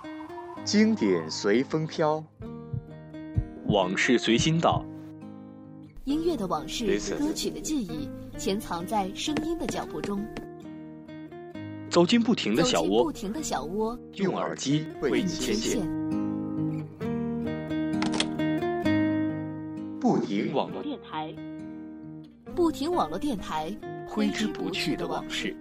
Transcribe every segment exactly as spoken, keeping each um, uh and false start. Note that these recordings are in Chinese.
经典随风飘， 往事随心到。 音乐的往事，歌曲的记忆，潜藏在声音的脚步中。 走进不停的小窝， 不停的小窝， 用耳机为你牵线。不停网络电台，不停网络电台， 挥之不去的往事。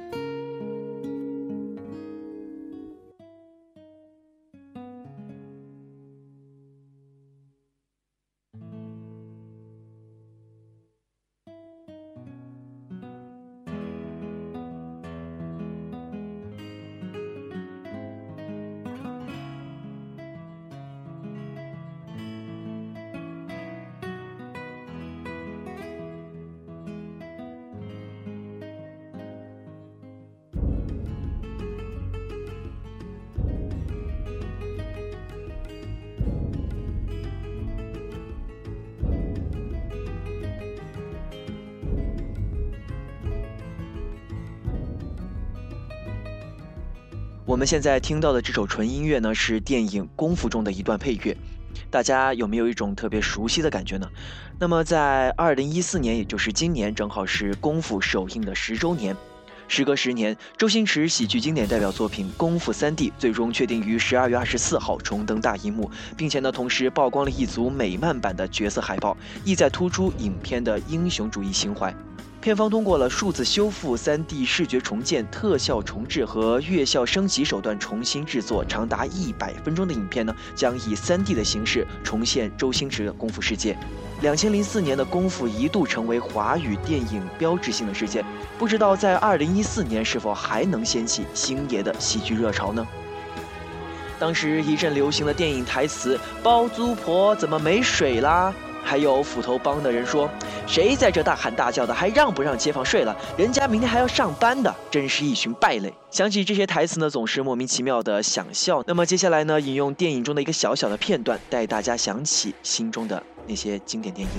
我们现在听到的这首纯音乐呢，是电影《功夫》中的一段配乐，大家有没有一种特别熟悉的感觉呢？那么在二零一四年，也就是今年，正好是《功夫》首映的十周年。时隔十年，周星驰喜剧经典代表作品《功夫三 D》最终确定于十二月二十四号重登大荧幕，并且呢，同时曝光了一组美漫版的角色海报，意在突出影片的英雄主义情怀。片方通过了数字修复、三 D 视觉重建、特效重制和乐效升级手段重新制作长达一百分钟的影片呢，将以 三 D 的形式重现周星驰的功夫世界。两千零四年的功夫一度成为华语电影标志性的事件，不知道在二零一四年是否还能掀起星爷的喜剧热潮呢？当时一阵流行的电影台词“包租婆怎么没水啦”，还有斧头帮的人说：“谁在这大喊大叫的，还让不让街坊睡了？人家明天还要上班的，真是一群败类。”想起这些台词呢，总是莫名其妙的想笑。那么接下来呢，引用电影中的一个小小的片段，带大家想起心中的那些经典电影。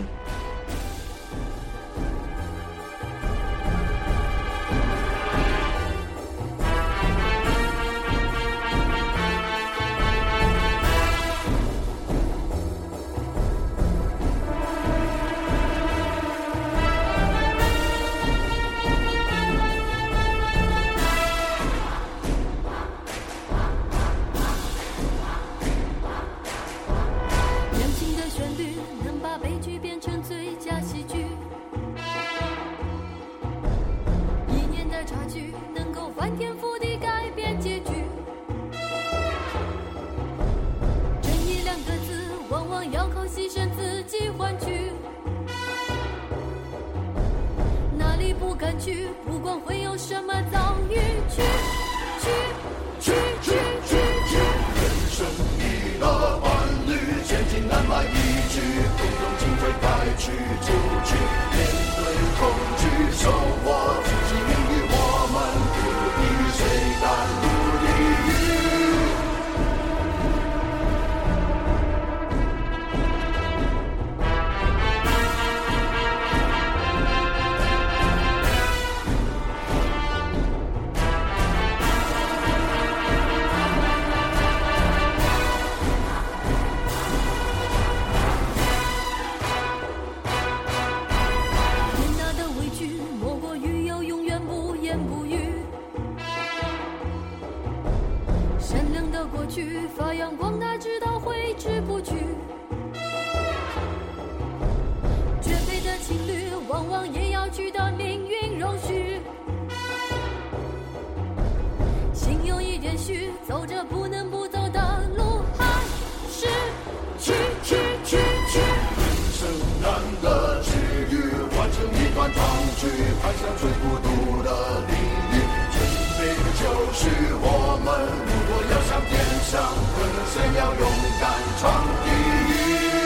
不管会有什么遭遇，去去去去去去，人生一个伴侣，千金难买一句，不用进退该去就去，面对恐惧，收获自己命运，我们不比谁甘露地狱。发扬光大，直到挥之不去。绝配的情侣，往往也要取得命运容许。心有一点虚，走着不能不走的路，还是去去去去。人生难得之遇，完成一段壮举，迈向最孤独的领域。准备的就是我们，如果要向天上，可能先要勇敢闯地狱。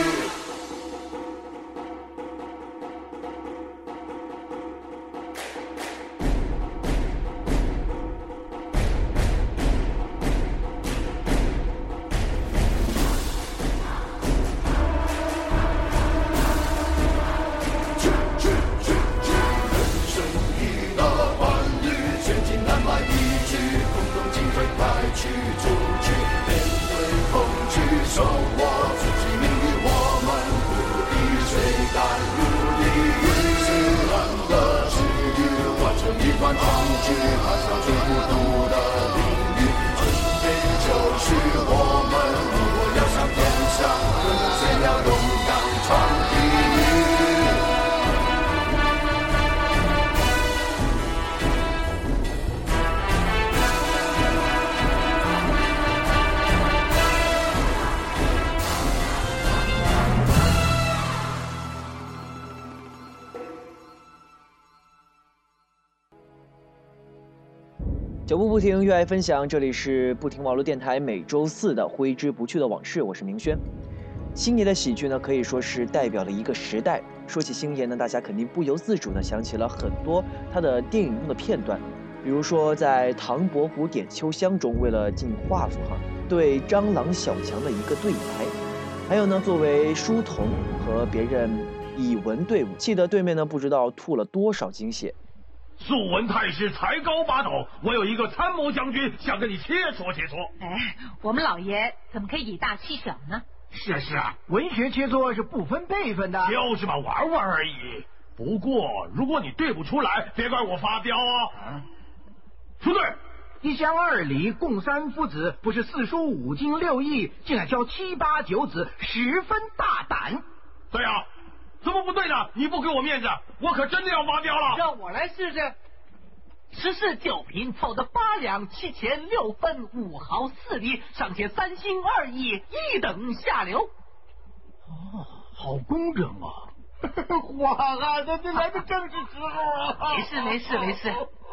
脚步不停，越爱分享，这里是不停网络电台每周四的挥之不去的往事，我是明轩。星爷的喜剧呢，可以说是代表了一个时代。说起星爷呢，大家肯定不由自主地想起了很多他的电影中的片段，比如说在《唐伯虎点秋香》中，为了进画府哈，对张郎小强的一个对白，还有呢，作为书童和别人以文对武，气得对面呢不知道吐了多少精血。 素闻太师才高八斗，我有一个参谋将军想跟你切磋切磋。 哎，我们老爷怎么可以以大欺小呢？ 是啊是啊， 文学切磋是不分辈分的， 就是嘛，玩玩而已。不过如果你对不出来，别怪我发飙啊。出队。 一乡二里共三夫子，不是四书五经六艺，竟然教七八九子，十分大胆。 对啊，怎么不对呢？你不给我面子，我可真的要发飙了。 让我来试试。十室九平凑的八两七钱六分五毫四厘，上写三心二意，一等下流。 哦，好工整啊！ 哇啊，这这来的正是时候啊！ 没事没事没事。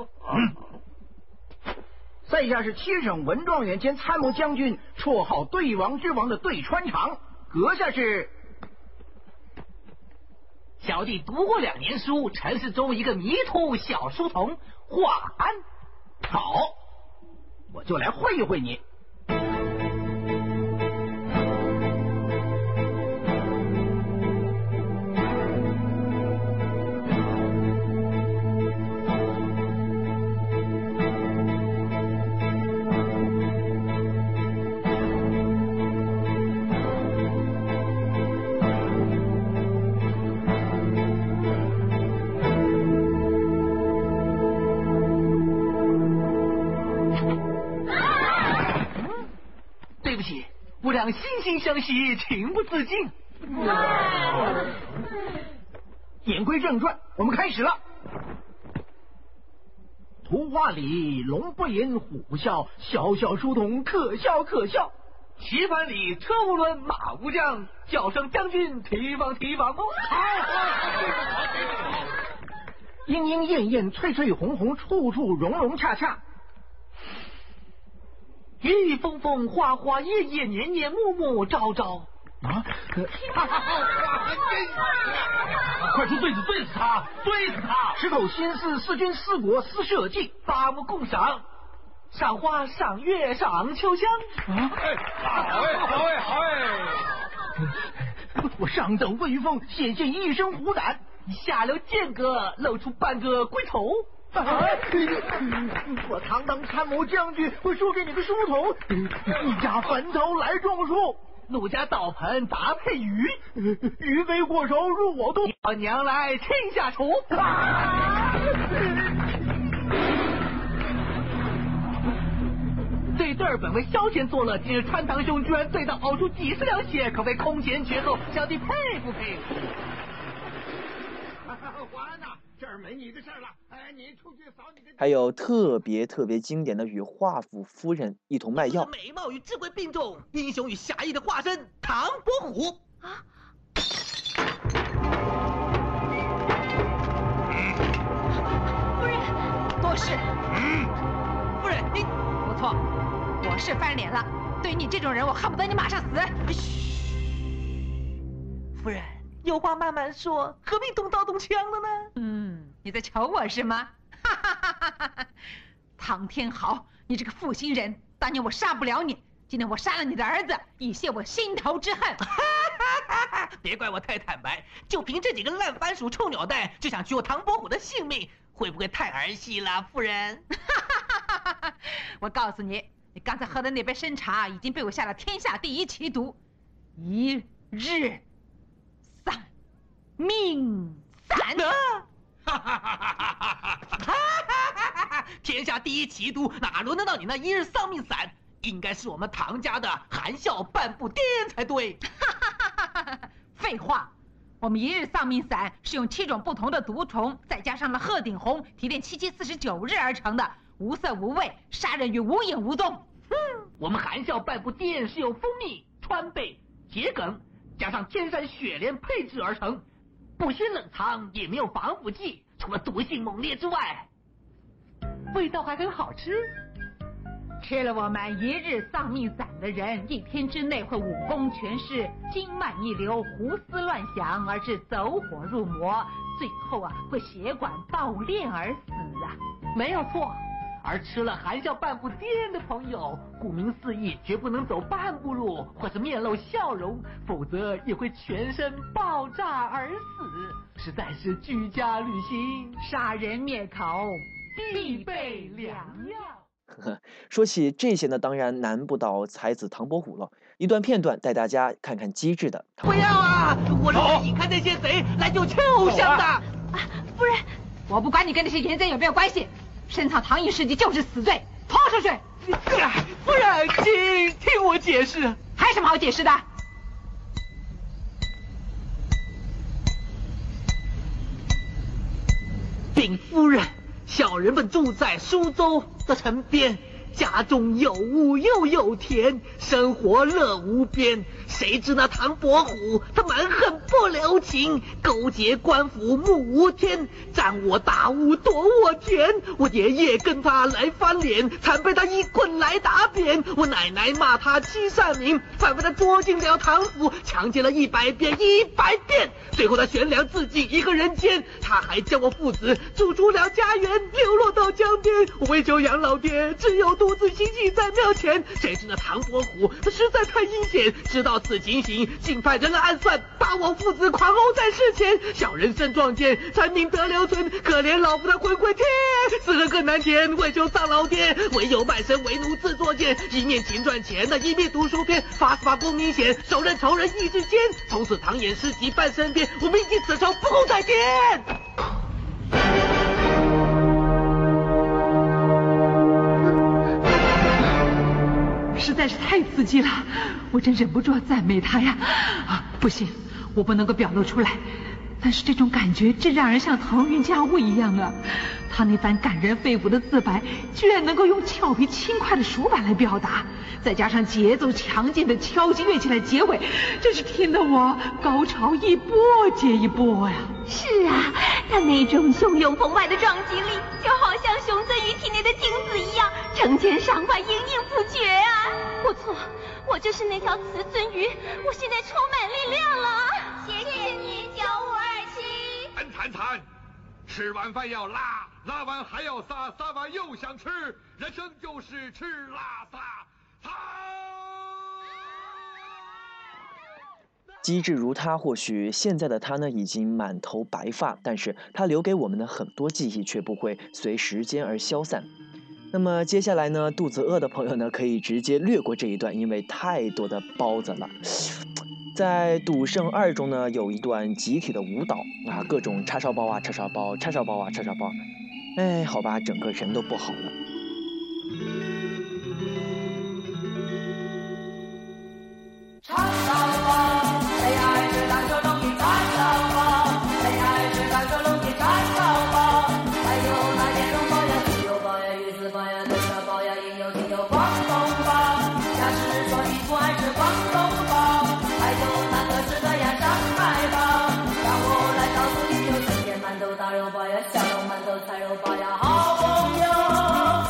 嗯。在下是七省文状元兼参谋将军，绰号对王之王的对穿肠。阁下是？ 小弟读过两年书，尘世中一个迷途小书童华安。 好，我就来会一会你。 不良惺惺相惜，情不自禁。 言归正传，我们开始了。图画里龙不言虎不笑，小小书童可笑可笑。 棋盘里车无轮马无将，叫声将军提防提防。 莺莺燕燕翠翠红红，处处融融洽洽。 雨雨风风花花叶叶年年暮暮朝朝啊！ 快出对子对死他，对死他！ 十口心思，思君思国思社稷， 八目共赏，赏花赏月赏秋香。 啊！哎，好哎，好哎，好哎！我上等威风，显现一身虎胆； 下流剑阁，露出半个龟头。 啊、我堂堂参谋将军会输给你个书童？你家坟头来种树， 奴家刀盆搭配鱼， 鱼飞过手入我肚。 我娘来天下厨。 啊、 这对儿本为消遣作乐，今日穿堂兄居然醉到呕出几十两血，可谓空前绝后，小弟佩服佩服。 完了，这儿没你的事了。哎，你出去扫你的。 还有特别特别经典的与华府夫人一同卖药。 美貌与智慧并重，英雄与侠义的化身唐伯虎啊！ 夫人，多事。嗯，夫人，你不错，我是翻脸了。对于你这种人，我恨不得你马上死。 嘘，夫人。有话慢慢说，何必动刀动枪的呢？ 嗯，你在瞧我是吗？哈哈哈哈哈！唐天豪，你这个负心人，当年我杀不了你，今天我杀了你的儿子，以泄我心头之恨。 别怪我太坦白，就凭这几个烂番薯、臭鸟蛋，就想取我唐伯虎的性命，会不会太儿戏了，夫人？ 我告诉你，你刚才喝的那杯参茶已经被我下了天下第一奇毒，一日。命散！ 天下第一奇毒，哪轮得到你那一日丧命散？应该是我们唐家的含笑半步癫才对。 废话，我们一日丧命散是用七种不同的毒虫，再加上了鹤顶红提炼七七四十九日而成的，无色无味，杀人于无影无踪。 哼，我们含笑半步癫是用蜂蜜、川贝、桔梗加上天山雪莲配制而成。不需冷藏，也没有防腐剂，除了毒性猛烈之外，味道还很好吃。 吃了我们一日丧命散的人，一天之内会武功全失，经脉逆流，胡思乱想，而致走火入魔，最后啊会血管爆裂而死啊！ 没有错。而吃了含笑半步癫的朋友，顾名思义，绝不能走半步路或是面露笑容，否则也会全身爆炸而死，实在是居家旅行杀人灭口必备良药。 说起这些呢，当然难不倒才子唐伯虎了。一段片段带大家看看机智的。 不要啊！我是引开那些贼来救秋香的。啊， 夫人，我不管你跟那些淫贼有没有关系。深藏唐寅事迹就是死罪，拖出去！ 夫人，请听我解释。 还有什么好解释的？ 禀夫人，小人们住在苏州的城边，家中有屋又有田，生活乐无边。谁知那唐伯虎他蛮横不留情，勾结官府目无天，占我大屋夺我田。我爷爷跟他来翻脸，惨被他一棍来打扁。我奶奶骂他欺善民，反被他捉进了唐府，强奸了一百遍一百遍。最后他悬梁自尽一个人间，他还将我父子逐出了家园，流落到江边。我为求养老爹，只有独自行乞在庙前。谁知那唐伯虎他实在太阴险，知道此情形，竟派人来暗算，把我父子狂殴在事前。小人身撞见，才明得留存，可怜老夫他魂归天，死了更难填。为求丧老爹，唯有卖身为奴自作贱，一面勤赚钱的，一面读书篇，发死法不明显，手刃仇人意志坚。从此唐寅诗集半身边，我们因此仇不共戴天。 实在是太刺激了，我真忍不住要赞美他呀！啊，不行，我不能够表露出来。但是这种感觉真让人像腾云驾雾一样啊！他那番感人肺腑的自白，居然能够用俏皮轻快的熟板来表达，再加上节奏强劲的敲击乐器来结尾，真是听得我高潮一波接一波呀！ 是啊，他那种汹涌澎湃的撞击力，就好像熊尊鱼体内的精子一样，成千上万，盈盈不绝啊！不错，我就是那条雌尊鱼，我现在充满力量了。谢谢你教我二七。 惨惨惨！吃完饭要拉，拉完还要撒，撒完又想吃，人生就是吃拉撒。好。 机智如他，或许现在的他呢已经满头白发，但是他留给我们的很多记忆却不会随时间而消散。那么接下来呢，肚子饿的朋友呢可以直接略过这一段，因为太多的包子了。在《赌圣二》中呢，有一段集体的舞蹈啊，各种叉烧包啊，叉烧包，叉烧包啊，叉烧包。哎，好吧，整个人都不好了。 叉烧包，谁爱吃蛋就弄点叉烧包，谁爱吃蛋就弄点叉烧包。还有那莲蓉包呀、猪油包呀、鱼子包呀、豆沙包呀、应有尽有广东包。假使说你不爱吃广东包，还有那个是个呀上海包，让我来告诉你，有春天馒头、大肉包呀、小笼馒头、菜肉包呀，好朋友。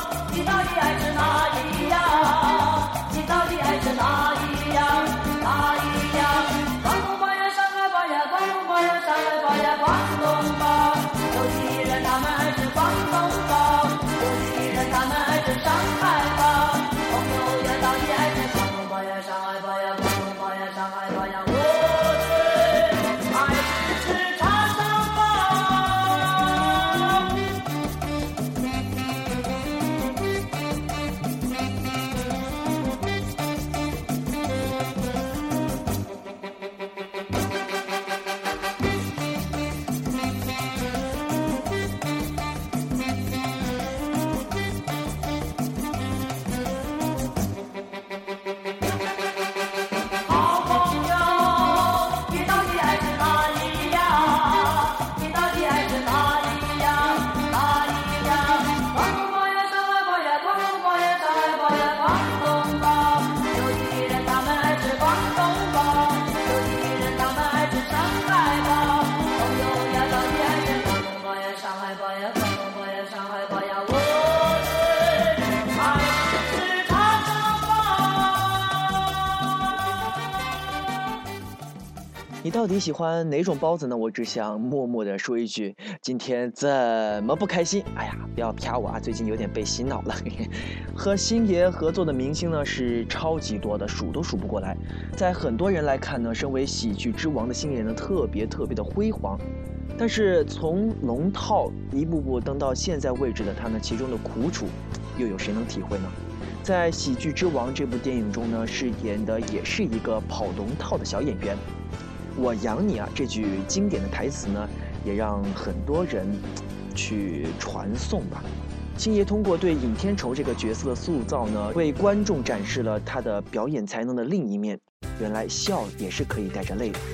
你到底喜欢哪种包子呢？我只想默默地说一句，今天怎么不开心？哎呀，不要啪我啊，最近有点被洗脑了。和星爷合作的明星呢是超级多的，数都数不过来。在很多人来看呢，身为喜剧之王的星爷呢特别特别的辉煌。但是从龙套一步步登到现在位置的他呢，其中的苦楚，又有谁能体会呢？在《喜剧之王》这部电影中呢，饰演的也是一个跑龙套的小演员。我养你啊，这句经典的台词呢，也让很多人去传颂吧。星爷通过对尹天仇这个角色的塑造呢，为观众展示了他的表演才能的另一面。原来笑也是可以带着泪的。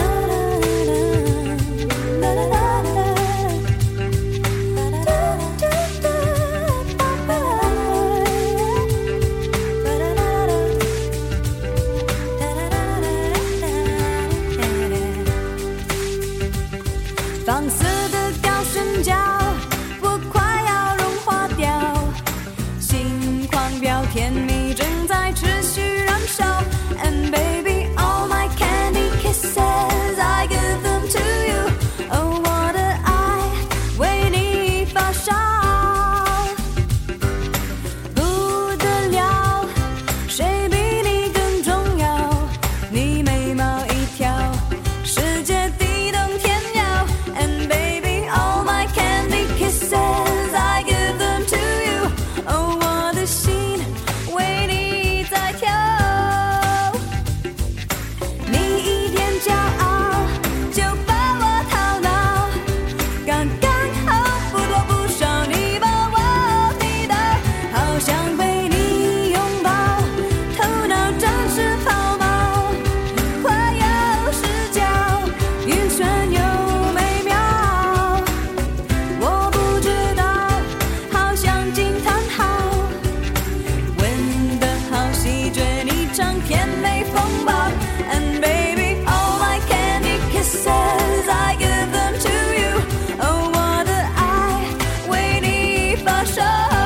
放肆的高声叫，我快要融化掉，心狂飙甜蜜正在持续燃烧。 And baby all my candy kisses I give them to you. Oh 我的爱为你发烧，不得了，谁比你更重要？你眉毛一挑，世界地动天摇。 And baby all my candy kisses I give them to you. Oh 我的心为你在跳。 骄傲就把我套牢，刚刚好不多不少，你把我迷倒，好想被你拥抱，头脑真是抛锚，快要失焦，晕眩又美妙。我不知道，好想惊叹号，闻得好细嚼你场甜美风暴。And baby kisses I give them to you. Oh 我的爱为你发烧。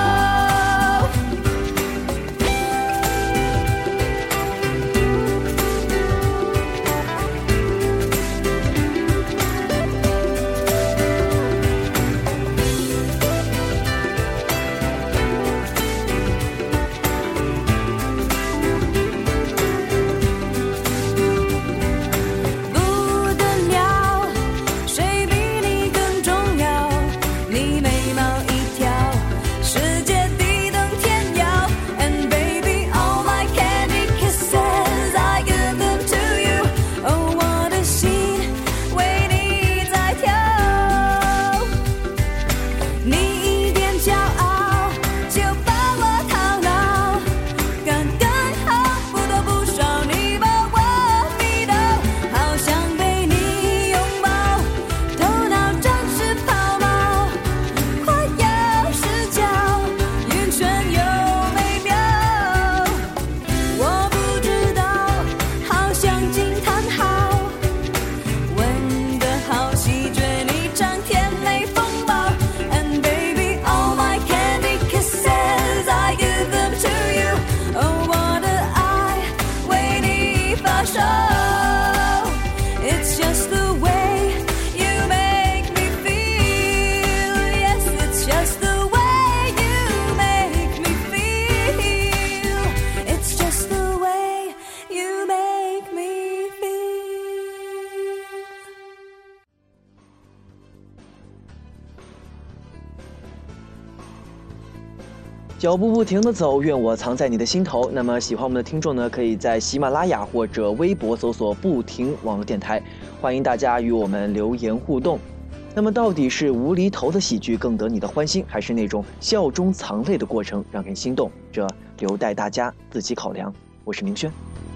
脚步不停地走，愿我藏在你的心头。那么喜欢我们的听众呢，可以在喜马拉雅或者微博搜索不停网络电台，欢迎大家与我们留言互动。那么到底是无厘头的喜剧更得你的欢心，还是那种笑中藏泪的过程让人心动？这留待大家自己考量。我是明轩。